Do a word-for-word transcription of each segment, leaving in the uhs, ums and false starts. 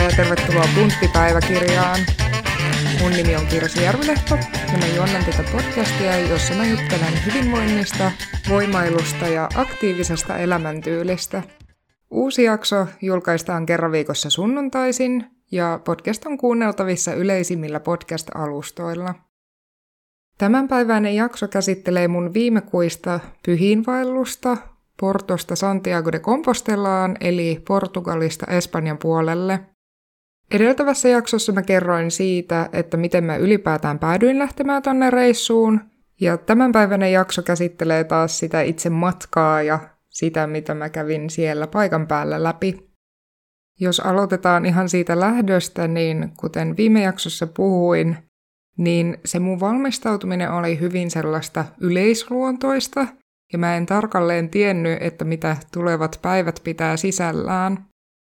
ja tervetuloa Punttipäiväkirjaan. Mun nimi on Kirsi Järvilehto ja mä juonnan tätä podcastia, jossa mä juttelen hyvinvoinnista, voimailusta ja aktiivisesta elämäntyylistä. Uusi jakso julkaistaan kerran viikossa sunnuntaisin ja podcast on kuunneltavissa yleisimmillä podcast-alustoilla. Tämänpäiväinen jakso käsittelee mun viimekuista pyhiinvaellusta Portosta Santiago de Compostelaan eli Portugalista Espanjan puolelle. Edeltävässä jaksossa mä kerroin siitä, että miten mä ylipäätään päädyin lähtemään tonne reissuun, ja tämänpäiväinen jakso käsittelee taas sitä itse matkaa ja sitä, mitä mä kävin siellä paikan päällä läpi. Jos aloitetaan ihan siitä lähdöstä, niin kuten viime jaksossa puhuin, niin se mun valmistautuminen oli hyvin sellaista yleisluontoista, ja mä en tarkalleen tiennyt, että mitä tulevat päivät pitää sisällään.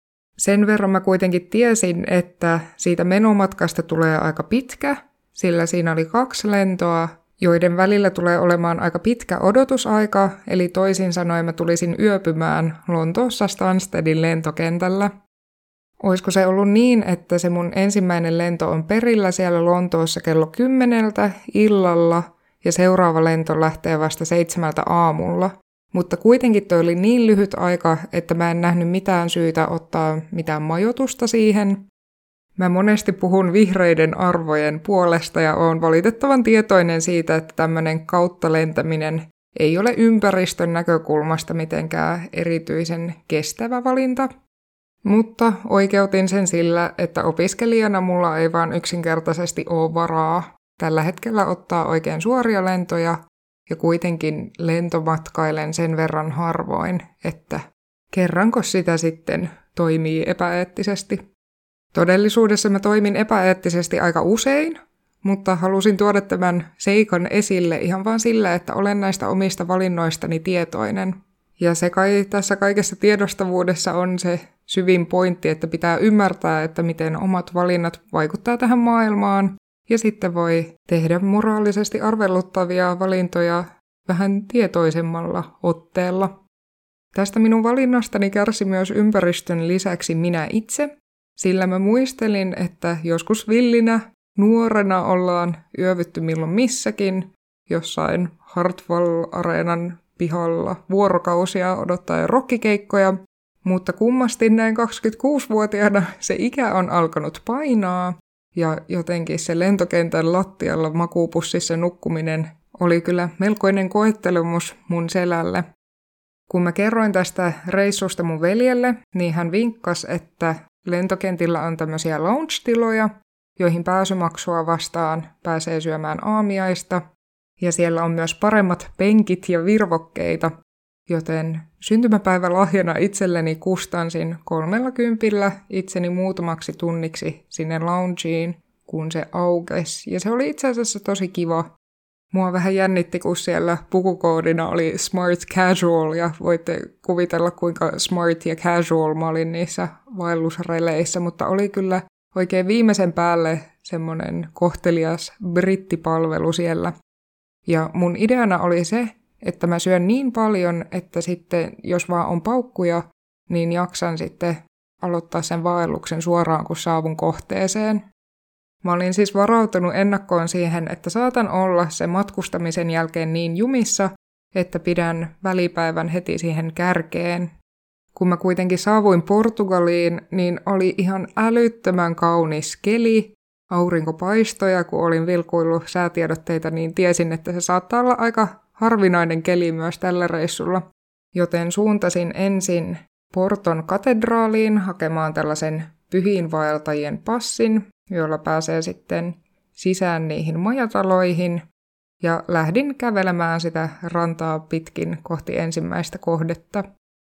Sen verran mä kuitenkin tiesin, että siitä menomatkasta tulee aika pitkä, sillä siinä oli kaksi lentoa, joiden välillä tulee olemaan aika pitkä odotusaika, eli toisin sanoen mä tulisin yöpymään Lontoossa Stanstedin lentokentällä. Olisiko se ollut niin, että se mun ensimmäinen lento on perillä siellä Lontoossa kello kymmeneltä illalla ja seuraava lento lähtee vasta seitsemältä aamulla. Mutta kuitenkin toi oli niin lyhyt aika, että mä en nähnyt mitään syytä ottaa mitään majoitusta siihen. Mä monesti puhun vihreiden arvojen puolesta ja oon valitettavan tietoinen siitä, että tämmönen kautta lentäminen ei ole ympäristön näkökulmasta mitenkään erityisen kestävä valinta. Mutta oikeutin sen sillä, että opiskelijana mulla ei vaan yksinkertaisesti ole varaa tällä hetkellä ottaa oikein suoria lentoja, ja kuitenkin lentomatkailen sen verran harvoin, että kerranko sitä sitten toimii epäeettisesti. Todellisuudessa mä toimin epäeettisesti aika usein, mutta halusin tuoda tämän seikan esille ihan vaan sillä, että olen näistä omista valinnoistani tietoinen. Ja se kai tässä kaikessa tiedostavuudessa on se syvin pointti, että pitää ymmärtää, että miten omat valinnat vaikuttaa tähän maailmaan, ja sitten voi tehdä moraalisesti arveluttavia valintoja vähän tietoisemmalla otteella. Tästä minun valinnastani kärsi myös ympäristön lisäksi minä itse, sillä mä muistelin, että joskus villinä, nuorena ollaan yövytty milloin missäkin, jossain Hartwall-areenan pihalla vuorokausia odottaen rokkikeikkoja, mutta kummasti näin kaksikymmentäkuusivuotiaana se ikä on alkanut painaa, ja jotenkin se lentokentän lattialla makuupussissa nukkuminen oli kyllä melkoinen koettelemus mun selälle. Kun mä kerroin tästä reissusta mun veljelle, niin hän vinkkasi, että lentokentillä on tämmöisiä lounge-tiloja, joihin pääsymaksua vastaan pääsee syömään aamiaista, ja siellä on myös paremmat penkit ja virvokkeita, joten syntymäpäivälahjana itselleni kustansin kolmella kympillä itseni muutamaksi tunniksi sinne loungeen, kun se aukesi. Ja se oli itse asiassa tosi kiva. Mua vähän jännitti, kun siellä pukukoodina oli smart casual, ja voitte kuvitella, kuinka smart ja casual mä olin niissä vaellusreleissä, mutta oli kyllä oikein viimeisen päälle semmoinen kohtelias brittipalvelu siellä. Ja mun ideana oli se, että mä syön niin paljon, että sitten jos vaan on paukkuja, niin jaksan sitten aloittaa sen vaelluksen suoraan, kun saavun kohteeseen. Mä olin siis varautunut ennakkoon siihen, että saatan olla sen matkustamisen jälkeen niin jumissa, että pidän välipäivän heti siihen kärkeen. Kun mä kuitenkin saavuin Portugaliin, niin oli ihan älyttömän kaunis keli, aurinko paistoi, ja kun olin vilkuillut säätiedotteita, niin tiesin, että se saattaa olla aika harvinainen keli myös tällä reissulla, joten suuntasin ensin Porton katedraaliin hakemaan tällaisen pyhiinvaeltajien passin, jolla pääsee sitten sisään niihin majataloihin, ja lähdin kävelemään sitä rantaa pitkin kohti ensimmäistä kohdetta.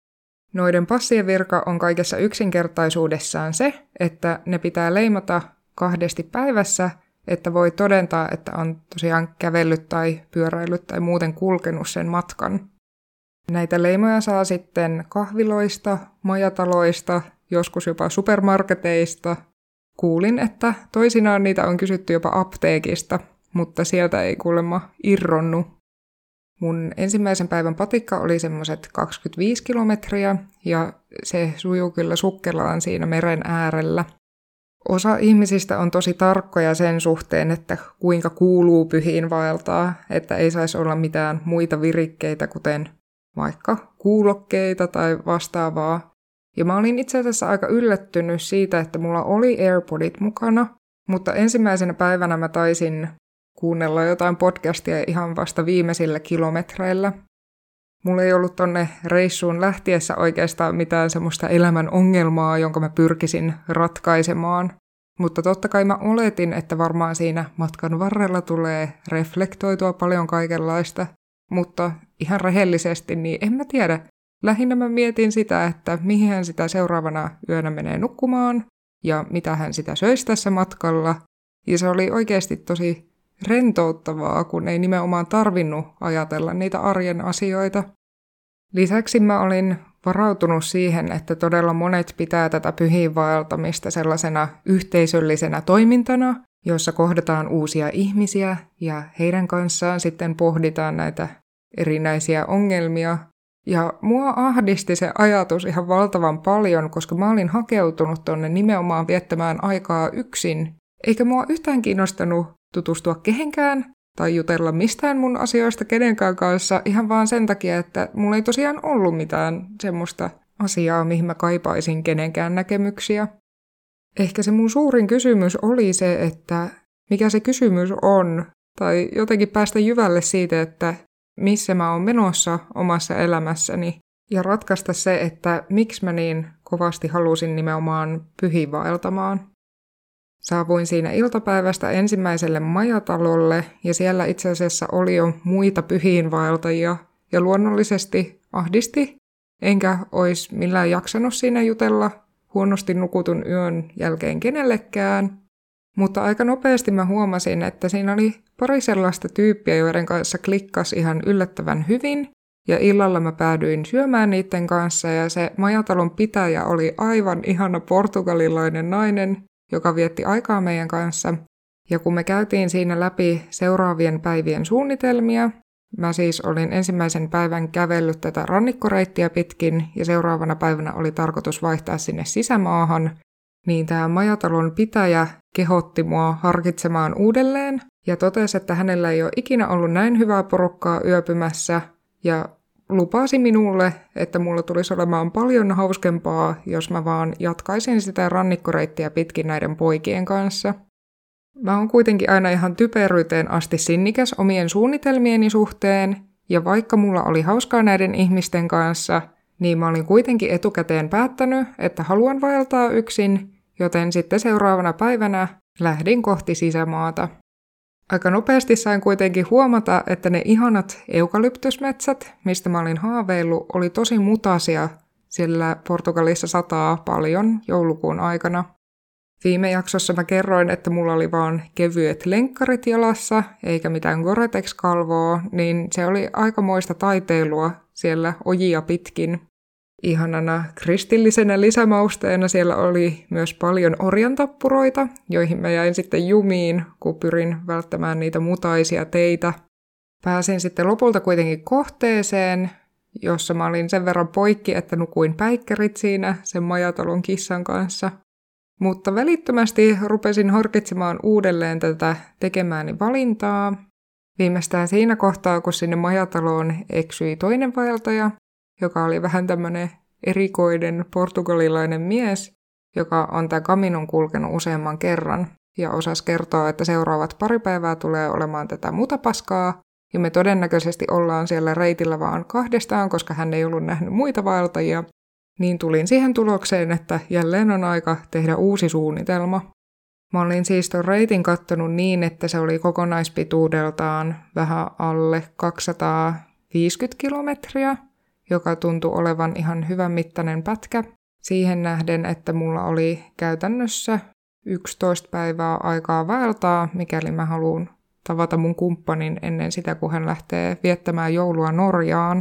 Noiden passien virka on kaikessa yksinkertaisuudessaan se, että ne pitää leimata kahdesti päivässä, että voi todentaa, että on tosiaan kävellyt tai pyöräillyt tai muuten kulkenut sen matkan. Näitä leimoja saa sitten kahviloista, majataloista, joskus jopa supermarketeista. Kuulin, että toisinaan niitä on kysytty jopa apteekista, mutta sieltä ei kuulemma irronnut. Mun ensimmäisen päivän patikka oli semmoiset kaksikymmentäviisi kilometriä ja se sujuu kyllä sukkelaan siinä meren äärellä. Osa ihmisistä on tosi tarkkoja sen suhteen, että kuinka kuuluu pyhiin vaeltaa, että ei saisi olla mitään muita virikkeitä, kuten vaikka kuulokkeita tai vastaavaa. Ja mä olin itse asiassa aika yllättynyt siitä, että mulla oli AirPodit mukana, mutta ensimmäisenä päivänä mä taisin kuunnella jotain podcastia ihan vasta viimeisillä kilometreillä. Mulla ei ollut tonne reissuun lähtiessä oikeastaan mitään semmoista elämän ongelmaa, jonka mä pyrkisin ratkaisemaan. Mutta totta kai mä oletin, että varmaan siinä matkan varrella tulee reflektoitua paljon kaikenlaista. Mutta ihan rehellisesti, niin en mä tiedä. Lähinnä mä mietin sitä, että mihin hän sitä seuraavana yönä menee nukkumaan ja mitä hän sitä söisi tässä matkalla. Ja se oli oikeasti tosi rentouttavaa, kun ei nimenomaan tarvinnut ajatella niitä arjen asioita. Lisäksi mä olin varautunut siihen, että todella monet pitää tätä pyhiinvaeltamista sellaisena yhteisöllisenä toimintana, jossa kohdataan uusia ihmisiä ja heidän kanssaan sitten pohditaan näitä erinäisiä ongelmia. Ja mua ahdisti se ajatus ihan valtavan paljon, koska mä olin hakeutunut tonne nimenomaan viettämään aikaa yksin. Eikä mua yhtään kiinnostanut tutustua kehenkään tai jutella mistään mun asioista kenenkään kanssa ihan vaan sen takia, että mulla ei tosiaan ollut mitään semmoista asiaa, mihin mä kaipaisin kenenkään näkemyksiä. Ehkä se mun suurin kysymys oli se, että mikä se kysymys on, tai jotenkin päästä jyvälle siitä, että missä mä oon menossa omassa elämässäni, ja ratkaista se, että miksi mä niin kovasti halusin nimenomaan pyhiinvaeltamaan. Saavuin siinä iltapäivästä ensimmäiselle majatalolle, ja siellä itse asiassa oli jo muita pyhiinvaeltajia, ja luonnollisesti ahdisti, enkä olisi millään jaksanut siinä jutella huonosti nukutun yön jälkeen kenellekään. Mutta aika nopeasti mä huomasin, että siinä oli pari sellaista tyyppiä, joiden kanssa klikkas ihan yllättävän hyvin, ja illalla mä päädyin syömään niiden kanssa, ja se majatalon pitäjä oli aivan ihana portugalilainen nainen, joka vietti aikaa meidän kanssa. Ja kun me käytiin siinä läpi seuraavien päivien suunnitelmia, mä siis olin ensimmäisen päivän kävellyt tätä rannikkoreittiä pitkin, ja seuraavana päivänä oli tarkoitus vaihtaa sinne sisämaahan, niin tämä majatalon pitäjä kehotti mua harkitsemaan uudelleen, ja totesi, että hänellä ei ole ikinä ollut näin hyvää porukkaa yöpymässä, ja lupasi minulle, että mulla tulisi olemaan paljon hauskempaa, jos mä vaan jatkaisin sitä rannikkoreittiä pitkin näiden poikien kanssa. Mä oon kuitenkin aina ihan typeryyteen asti sinnikäs omien suunnitelmieni suhteen, ja vaikka mulla oli hauskaa näiden ihmisten kanssa, niin mä olin kuitenkin etukäteen päättänyt, että haluan vaeltaa yksin, joten sitten seuraavana päivänä lähdin kohti sisämaata. Aika nopeasti sain kuitenkin huomata, että ne ihanat eukalyptusmetsät, mistä mä olin haaveillut, oli tosi mutaisia, sillä Portugalissa sataa paljon joulukuun aikana. Viime jaksossa mä kerroin, että mulla oli vaan kevyet lenkkarit jalassa, eikä mitään Gore-Tex-kalvoa, niin se oli aikamoista taiteilua siellä ojia pitkin. Ihanana kristillisenä lisämausteena siellä oli myös paljon orjantappuroita, joihin mä jäin sitten jumiin, kun pyrin välttämään niitä mutaisia teitä. Pääsin sitten lopulta kuitenkin kohteeseen, jossa mä olin sen verran poikki, että nukuin päikkärit siinä sen majatalon kissan kanssa. Mutta välittömästi rupesin harkitsemaan uudelleen tätä tekemääni valintaa. Viimeistään siinä kohtaa, kun sinne majataloon eksyi toinen vaeltaja, joka oli vähän tämmöinen erikoinen portugalilainen mies, joka on tämän Caminon kulkenut useamman kerran ja osasi kertoa, että seuraavat pari päivää tulee olemaan tätä mutapaskaa, ja me todennäköisesti ollaan siellä reitillä vaan kahdestaan, koska hän ei ollut nähnyt muita vaeltajia, niin tulin siihen tulokseen, että jälleen on aika tehdä uusi suunnitelma. Mä olin siis ton reitin kattonut niin, että se oli kokonaispituudeltaan vähän alle kaksisataaviisikymmentä kilometriä, joka tuntui olevan ihan hyvän mittainen pätkä. Siihen nähden, että mulla oli käytännössä yksitoista päivää aikaa vaeltaa, mikäli mä haluan tavata mun kumppanin ennen sitä, kun hän lähtee viettämään joulua Norjaan.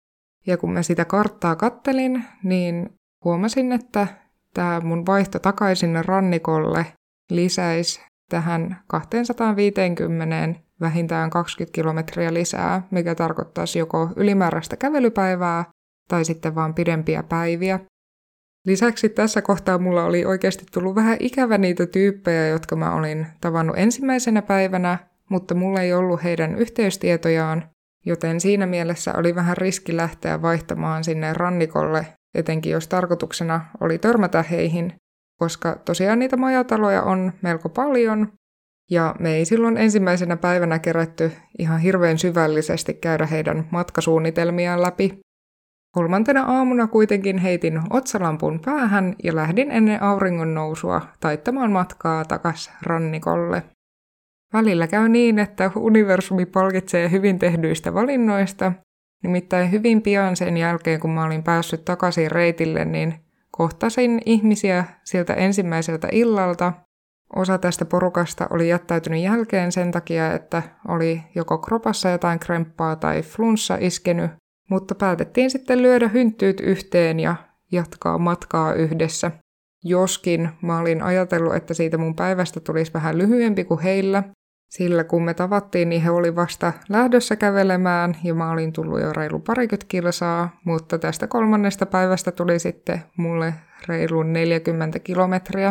Ja kun mä sitä karttaa kattelin, niin huomasin, että tämä mun vaihto takaisin rannikolle lisäisi tähän kaksisataaviisikymmentä vähintään kaksikymmentä kilometriä lisää, mikä tarkoittaisi joko ylimääräistä kävelypäivää tai sitten vaan pidempiä päiviä. Lisäksi tässä kohtaa mulla oli oikeasti tullut vähän ikävä niitä tyyppejä, jotka mä olin tavannut ensimmäisenä päivänä, mutta mulla ei ollut heidän yhteystietojaan, joten siinä mielessä oli vähän riski lähteä vaihtamaan sinne rannikolle, etenkin jos tarkoituksena oli törmätä heihin, koska tosiaan niitä majataloja on melko paljon, ja me ei silloin ensimmäisenä päivänä kerätty ihan hirveän syvällisesti käydä heidän matkasuunnitelmiaan läpi. Kolmantena aamuna kuitenkin heitin otsalampun päähän ja lähdin ennen auringon nousua taittamaan matkaa takas rannikolle. Välillä käy niin, että universumi palkitsee hyvin tehdyistä valinnoista, nimittäin hyvin pian sen jälkeen, kun mä olin päässyt takaisin reitille, niin kohtasin ihmisiä siltä ensimmäiseltä illalta. Osa tästä porukasta oli jättäytynyt jälkeen sen takia, että oli joko kropassa jotain kremppaa tai flunssa iskenyt, mutta päätettiin sitten lyödä hynttyyt yhteen ja jatkaa matkaa yhdessä. Joskin mä olin ajatellut, että siitä mun päivästä tulisi vähän lyhyempi kuin heillä, sillä kun me tavattiin, niin he oli vasta lähdössä kävelemään ja mä olin tullut jo reilu parikymmentä kilsaa, mutta tästä kolmannesta päivästä tuli sitten mulle reilu neljäkymmentä kilometriä.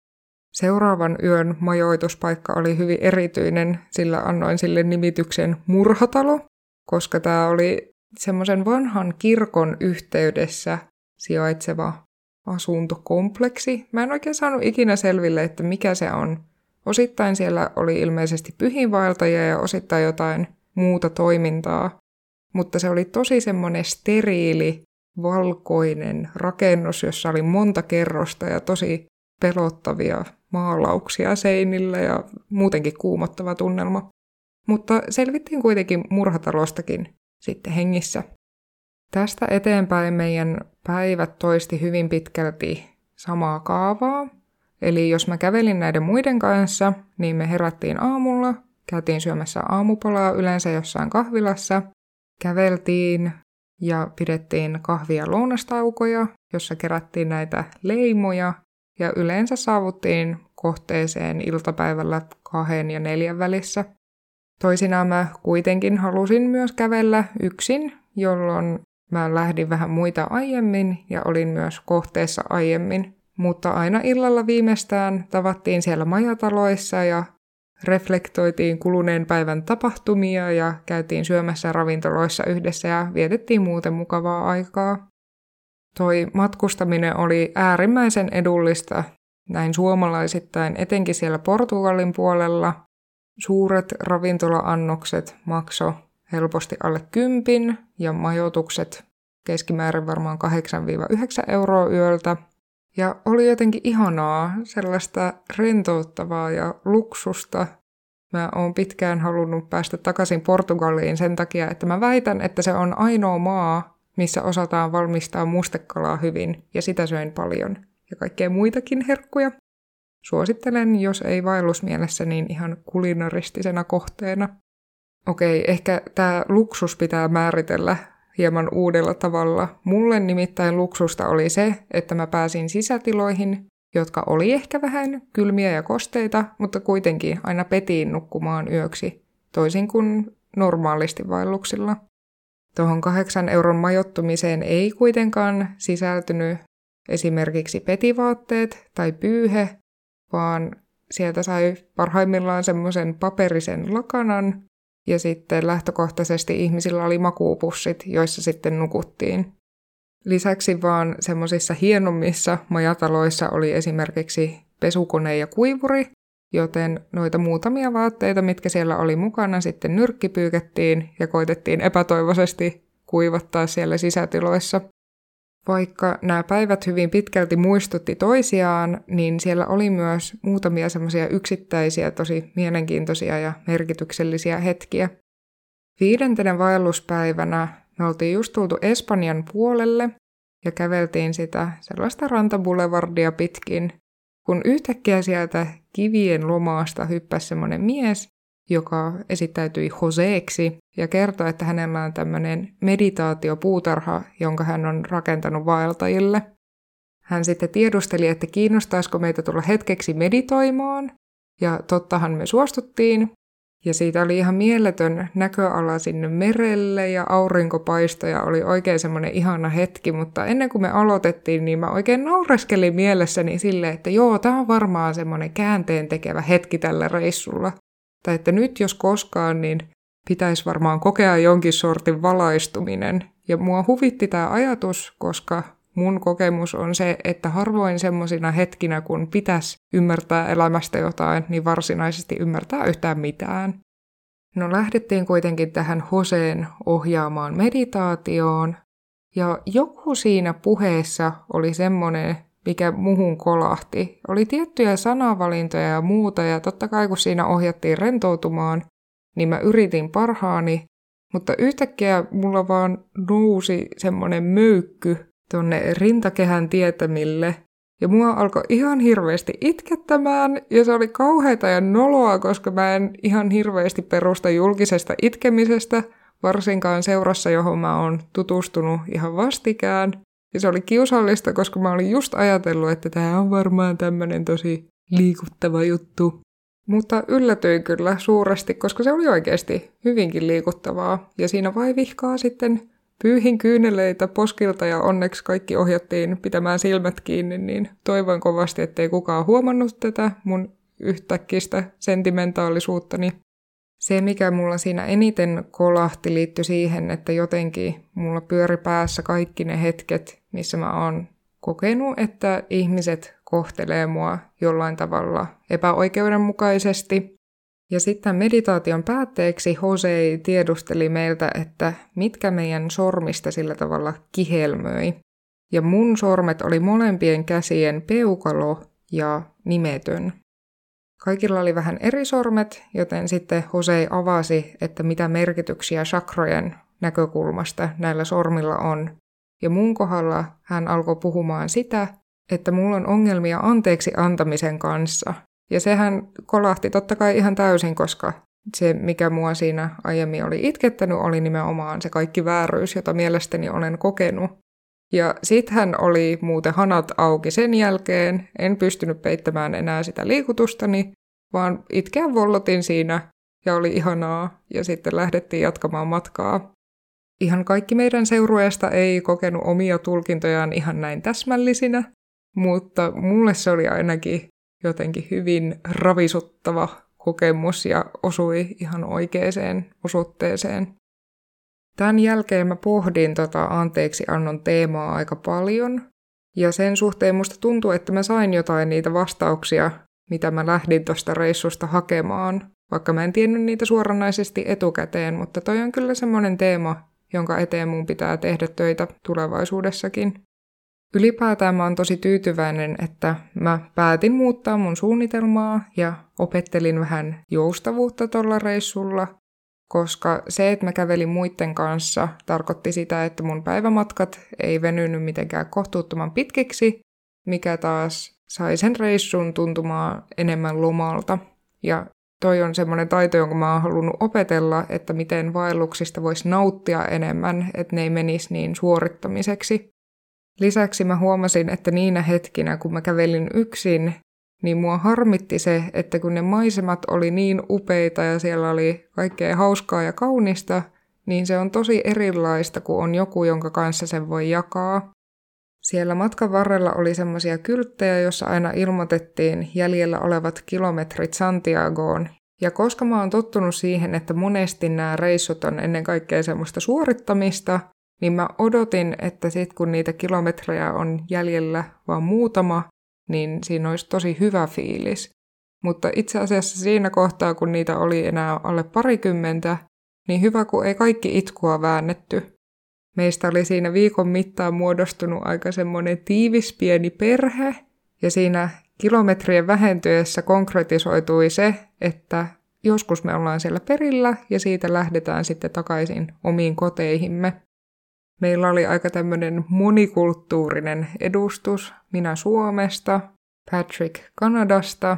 Seuraavan yön majoituspaikka oli hyvin erityinen, sillä annoin sille nimityksen murhatalo, koska tämä oli semmoisen vanhan kirkon yhteydessä sijaitseva asuntokompleksi. Mä en oikein saanut ikinä selville, että mikä se on. Osittain siellä oli ilmeisesti pyhiinvaeltajia ja osittain jotain muuta toimintaa, mutta se oli tosi semmoinen steriili, valkoinen rakennus, jossa oli monta kerrosta ja tosi pelottavia maalauksia seinillä ja muutenkin kuumottava tunnelma. Mutta selvittiin kuitenkin murhatalostakin sitten hengissä. Tästä eteenpäin meidän päivät toisti hyvin pitkälti samaa kaavaa. Eli jos mä kävelin näiden muiden kanssa, niin me herättiin aamulla, käytiin syömässä aamupalaa yleensä jossain kahvilassa, käveltiin ja pidettiin kahvia lounastaukoja, jossa kerättiin näitä leimoja ja yleensä saavuttiin kohteeseen iltapäivällä kahden ja neljän välissä. Toisinaan mä kuitenkin halusin myös kävellä yksin, jolloin mä lähdin vähän muita aiemmin ja olin myös kohteessa aiemmin. Mutta aina illalla viimeistään tavattiin siellä majataloissa ja reflektoitiin kuluneen päivän tapahtumia ja käytiin syömässä ravintoloissa yhdessä ja vietettiin muuten mukavaa aikaa. Toi matkustaminen oli äärimmäisen edullista näin suomalaisittain, etenkin siellä Portugalin puolella. Suuret ravintola-annokset makso helposti alle kympin ja majoitukset keskimäärin varmaan kahdeksasta yhdeksään euroa yöltä. Ja oli jotenkin ihanaa, sellaista rentouttavaa ja luksusta. Mä oon pitkään halunnut päästä takaisin Portugaliin sen takia, että mä väitän, että se on ainoa maa, missä osataan valmistaa mustekalaa hyvin, ja sitä söin paljon. Ja kaikkea muitakin herkkuja. Suosittelen, jos ei vaellusmielessä, niin ihan kulinaristisena kohteena. Okei, ehkä tää luksus pitää määritellä hieman uudella tavalla. Mulle nimittäin luksusta oli se, että mä pääsin sisätiloihin, jotka oli ehkä vähän kylmiä ja kosteita, mutta kuitenkin aina petiin nukkumaan yöksi, toisin kuin normaalisti vaelluksilla. Tuohon kahdeksan euron majoittumiseen ei kuitenkaan sisältynyt esimerkiksi petivaatteet tai pyyhe, vaan sieltä sai parhaimmillaan semmoisen paperisen lakanan, ja sitten lähtökohtaisesti ihmisillä oli makuupussit, joissa sitten nukuttiin. Lisäksi vaan semmoisissa hienommissa majataloissa oli esimerkiksi pesukone ja kuivuri, joten noita muutamia vaatteita, mitkä siellä oli mukana, sitten nyrkkipyykettiin ja koitettiin epätoivoisesti kuivattaa siellä sisätiloissa. Vaikka nämä päivät hyvin pitkälti muistutti toisiaan, niin siellä oli myös muutamia semmoisia yksittäisiä, tosi mielenkiintoisia ja merkityksellisiä hetkiä. Viidentenä vaelluspäivänä me oltiin just tultu Espanjan puolelle ja käveltiin sitä sellaista rantaboulevardia pitkin, kun yhtäkkiä sieltä kivien lomaasta hyppäsi semmoinen mies, joka esittäytyi Joseeksi ja kertoi, että hänellä on tämmöinen meditaatiopuutarha, jonka hän on rakentanut vaeltajille. Hän sitten tiedusteli, että kiinnostaisiko meitä tulla hetkeksi meditoimaan, ja tottahan me suostuttiin. Ja siitä oli ihan mieletön näköala sinne merelle ja aurinkopaistoja oli oikein semmoinen ihana hetki, mutta ennen kuin me aloitettiin, niin mä oikein naureskelin mielessäni silleen, että joo, tää on varmaan semmoinen käänteen tekevä hetki tällä reissulla. Tai että nyt jos koskaan, niin pitäisi varmaan kokea jonkin sortin valaistuminen. Ja mua huvitti tämä ajatus, koska mun kokemus on se, että harvoin semmoisina hetkinä, kun pitäisi ymmärtää elämästä jotain, niin varsinaisesti ymmärtää yhtään mitään. No lähdettiin kuitenkin tähän Joseen ohjaamaan meditaatioon, ja joku siinä puheessa oli semmoinen, mikä muhun kolahti. Oli tiettyjä sanavalintoja ja muuta, ja totta kai kun siinä ohjattiin rentoutumaan, niin mä yritin parhaani, mutta yhtäkkiä mulla vaan nousi semmoinen möykky tuonne rintakehän tietämille, ja mua alkoi ihan hirveästi itkettämään, ja se oli kauheata ja noloa, koska mä en ihan hirveästi perusta julkisesta itkemisestä, varsinkaan seurassa, johon mä oon tutustunut ihan vastikään. Ja se oli kiusallista, koska mä olin just ajatellut, että tää on varmaan tämmönen tosi liikuttava juttu. Mutta yllätyin kyllä suuresti, koska se oli oikeasti hyvinkin liikuttavaa. Ja siinä vaivihkaa sitten pyyhin kyyneleitä poskilta ja onneksi kaikki ohjattiin pitämään silmät kiinni, niin toivon kovasti, ettei kukaan huomannut tätä mun yhtäkkistä sentimentaalisuuttani. Se, mikä mulla siinä eniten kolahti, liittyi siihen, että jotenkin mulla pyöri päässä kaikki ne hetket, missä mä oon kokenut, että ihmiset kohtelee mua jollain tavalla epäoikeudenmukaisesti. Ja sitten meditaation päätteeksi Jose tiedusteli meiltä, että mitkä meidän sormista sillä tavalla kihelmöi. Ja mun sormet oli molempien käsien peukalo ja nimetön. Kaikilla oli vähän eri sormet, joten sitten Jose avasi, että mitä merkityksiä chakrojen näkökulmasta näillä sormilla on. Ja mun kohdalla hän alkoi puhumaan sitä, että mulla on ongelmia anteeksi antamisen kanssa. Ja sehän kolahti totta kai ihan täysin, koska se, mikä mua siinä aiemmin oli itkettänyt, oli nimenomaan se kaikki vääryys, jota mielestäni olen kokenut. Ja sit hän oli muuten hanat auki sen jälkeen, en pystynyt peittämään enää sitä liikutustani, vaan itkeä vollotin siinä ja oli ihanaa ja sitten lähdettiin jatkamaan matkaa. Ihan kaikki meidän seurueesta ei kokenut omia tulkintojaan ihan näin täsmällisinä, mutta mulle se oli ainakin jotenkin hyvin ravisuttava kokemus ja osui ihan oikeaan osoitteeseen. Tämän jälkeen mä pohdin tota anteeksiannon teemaa aika paljon, ja sen suhteen musta tuntui, että mä sain jotain niitä vastauksia, mitä mä lähdin tuosta reissusta hakemaan, vaikka mä en tiennyt niitä suoranaisesti etukäteen, mutta toi on kyllä semmoinen teema, jonka eteen mun pitää tehdä töitä tulevaisuudessakin. Ylipäätään mä oon tosi tyytyväinen, että mä päätin muuttaa mun suunnitelmaa ja opettelin vähän joustavuutta tuolla reissulla, koska se, että mä kävelin muiden kanssa, tarkoitti sitä, että mun päivämatkat ei venynyt mitenkään kohtuuttoman pitkiksi, mikä taas sai sen reissun tuntumaan enemmän lomalta. Ja toi on semmoinen taito, jonka mä oon halunnut opetella, että miten vaelluksista voisi nauttia enemmän, että ne ei menisi niin suorittamiseksi. Lisäksi mä huomasin, että niinä hetkinä, kun mä kävelin yksin, niin mua harmitti se, että kun ne maisemat oli niin upeita ja siellä oli kaikkea hauskaa ja kaunista, niin se on tosi erilaista, kun on joku, jonka kanssa sen voi jakaa. Siellä matkan varrella oli semmoisia kylttejä, jossa aina ilmoitettiin jäljellä olevat kilometrit Santiagoon. Ja koska mä oon tottunut siihen, että monesti nämä reissut on ennen kaikkea semmoista suorittamista, niin mä odotin, että sit kun niitä kilometrejä on jäljellä vaan muutama, niin siinä olisi tosi hyvä fiilis. Mutta itse asiassa siinä kohtaa, kun niitä oli enää alle parikymmentä, niin hyvä kun ei kaikki itkua väännetty. Meistä oli siinä viikon mittaan muodostunut aika semmoinen tiivis pieni perhe, ja siinä kilometrien vähentyessä konkretisoitui se, että joskus me ollaan siellä perillä, ja siitä lähdetään sitten takaisin omiin koteihimme. Meillä oli aika tämmöinen monikulttuurinen edustus, minä Suomesta, Patrick Kanadasta,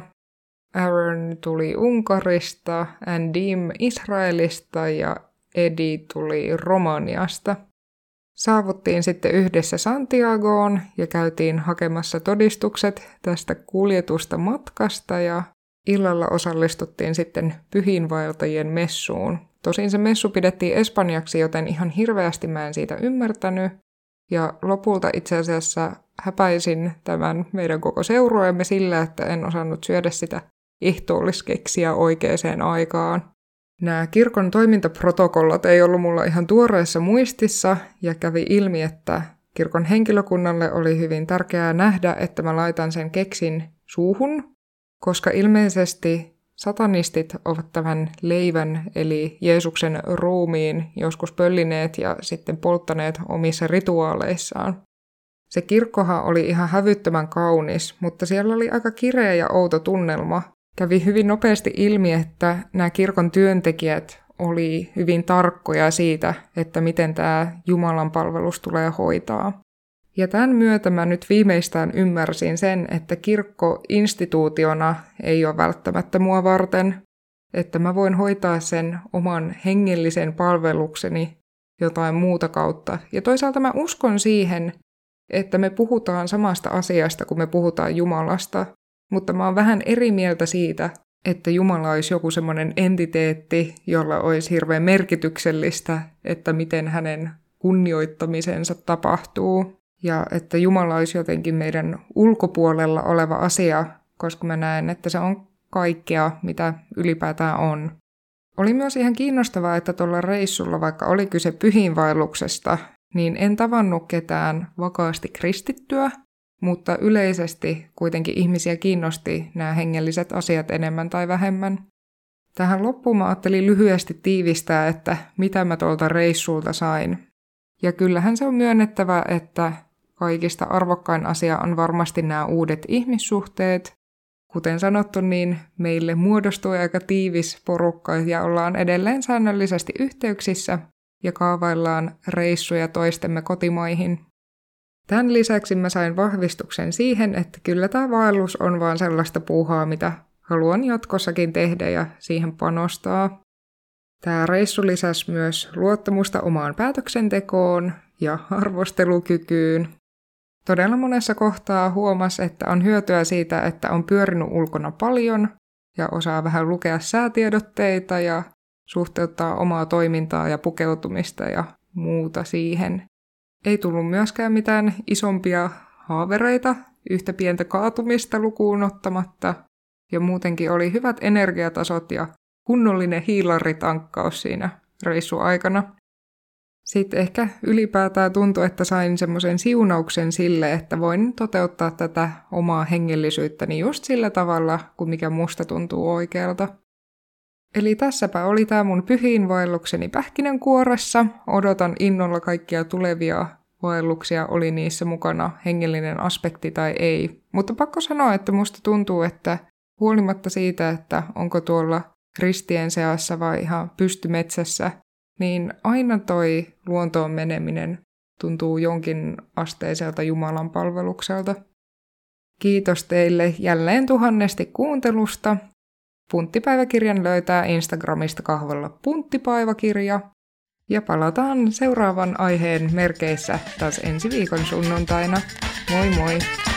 Aaron tuli Unkarista, Andim Israelista ja Eddie tuli Romaniasta. Saavuttiin sitten yhdessä Santiagoon ja käytiin hakemassa todistukset tästä kuljetusta matkasta ja illalla osallistuttiin sitten pyhiinvaeltajien messuun. Tosin se messu pidettiin espanjaksi, joten ihan hirveästi mä en siitä ymmärtänyt. Ja lopulta itse asiassa häpäisin tämän meidän koko seurueemme sillä, että en osannut syödä sitä ehtoolliskeksiä oikeaan aikaan. Nämä kirkon toimintaprotokollat ei ollut mulla ihan tuoreessa muistissa ja kävi ilmi, että kirkon henkilökunnalle oli hyvin tärkeää nähdä, että mä laitan sen keksin suuhun, koska ilmeisesti satanistit ovat tämän leivän eli Jeesuksen ruumiin joskus pöllineet ja sitten polttaneet omissa rituaaleissaan. Se kirkkohan oli ihan hävyttömän kaunis, mutta siellä oli aika kireä ja outo tunnelma. Kävi hyvin nopeasti ilmi, että nämä kirkon työntekijät oli hyvin tarkkoja siitä, että miten tämä Jumalan palvelus tulee hoitaa. Ja tämän myötä mä nyt viimeistään ymmärsin sen, että kirkko instituutiona ei ole välttämättä mua varten, että mä voin hoitaa sen oman hengellisen palvelukseni jotain muuta kautta. Ja toisaalta mä uskon siihen, että me puhutaan samasta asiasta, kun me puhutaan Jumalasta, mutta mä oon vähän eri mieltä siitä, että Jumala olisi joku semmoinen entiteetti, jolla olisi hirveän merkityksellistä, että miten hänen kunnioittamisensa tapahtuu. Ja että Jumala olisi jotenkin meidän ulkopuolella oleva asia, koska mä näen, että se on kaikkea, mitä ylipäätään on. Oli myös ihan kiinnostavaa, että tuolla reissulla, vaikka oli kyse pyhiinvaelluksesta, niin en tavannut ketään vakaasti kristittyä, mutta yleisesti kuitenkin ihmisiä kiinnosti nämä hengelliset asiat enemmän tai vähemmän. Tähän loppuun mä ajattelin lyhyesti tiivistää, että mitä mä tuolta reissulta sain. Ja kyllähän se on myönnettävä, että kaikista arvokkain asia on varmasti nämä uudet ihmissuhteet. Kuten sanottu, niin meille muodostui aika tiivis porukka ja ollaan edelleen säännöllisesti yhteyksissä ja kaavaillaan reissuja toistemme kotimaihin. Tämän lisäksi mä sain vahvistuksen siihen, että kyllä tämä vaellus on vaan sellaista puuhaa, mitä haluan jatkossakin tehdä ja siihen panostaa. Tämä reissu lisäsi myös luottamusta omaan päätöksentekoon ja arvostelukykyyn. Todella monessa kohtaa huomasi, että on hyötyä siitä, että on pyörinyt ulkona paljon ja osaa vähän lukea säätiedotteita ja suhteuttaa omaa toimintaa ja pukeutumista ja muuta siihen. Ei tullut myöskään mitään isompia haavereita, yhtä pientä kaatumista lukuun ottamatta, ja muutenkin oli hyvät energiatasot ja kunnollinen hiilaritankkaus siinä reissun aikana. Sitten ehkä ylipäätään tuntui, että sain semmoisen siunauksen sille, että voin toteuttaa tätä omaa hengellisyyttäni just sillä tavalla, kuin mikä musta tuntuu oikealta. Eli tässäpä oli tämä mun pyhiinvaellukseni Pähkinänkuoressa. Odotan innolla kaikkia tulevia vaelluksia, oli niissä mukana hengellinen aspekti tai ei. Mutta pakko sanoa, että musta tuntuu, että huolimatta siitä, että onko tuolla ristien seassa vai ihan pystymetsässä, niin aina toi luontoon meneminen tuntuu jonkin asteiselta Jumalan palvelukselta. Kiitos teille jälleen tuhannesti kuuntelusta. Punttipäiväkirjan löytää Instagramista kahvalla punttipäiväkirja. Ja palataan seuraavan aiheen merkeissä taas ensi viikon sunnuntaina. Moi moi!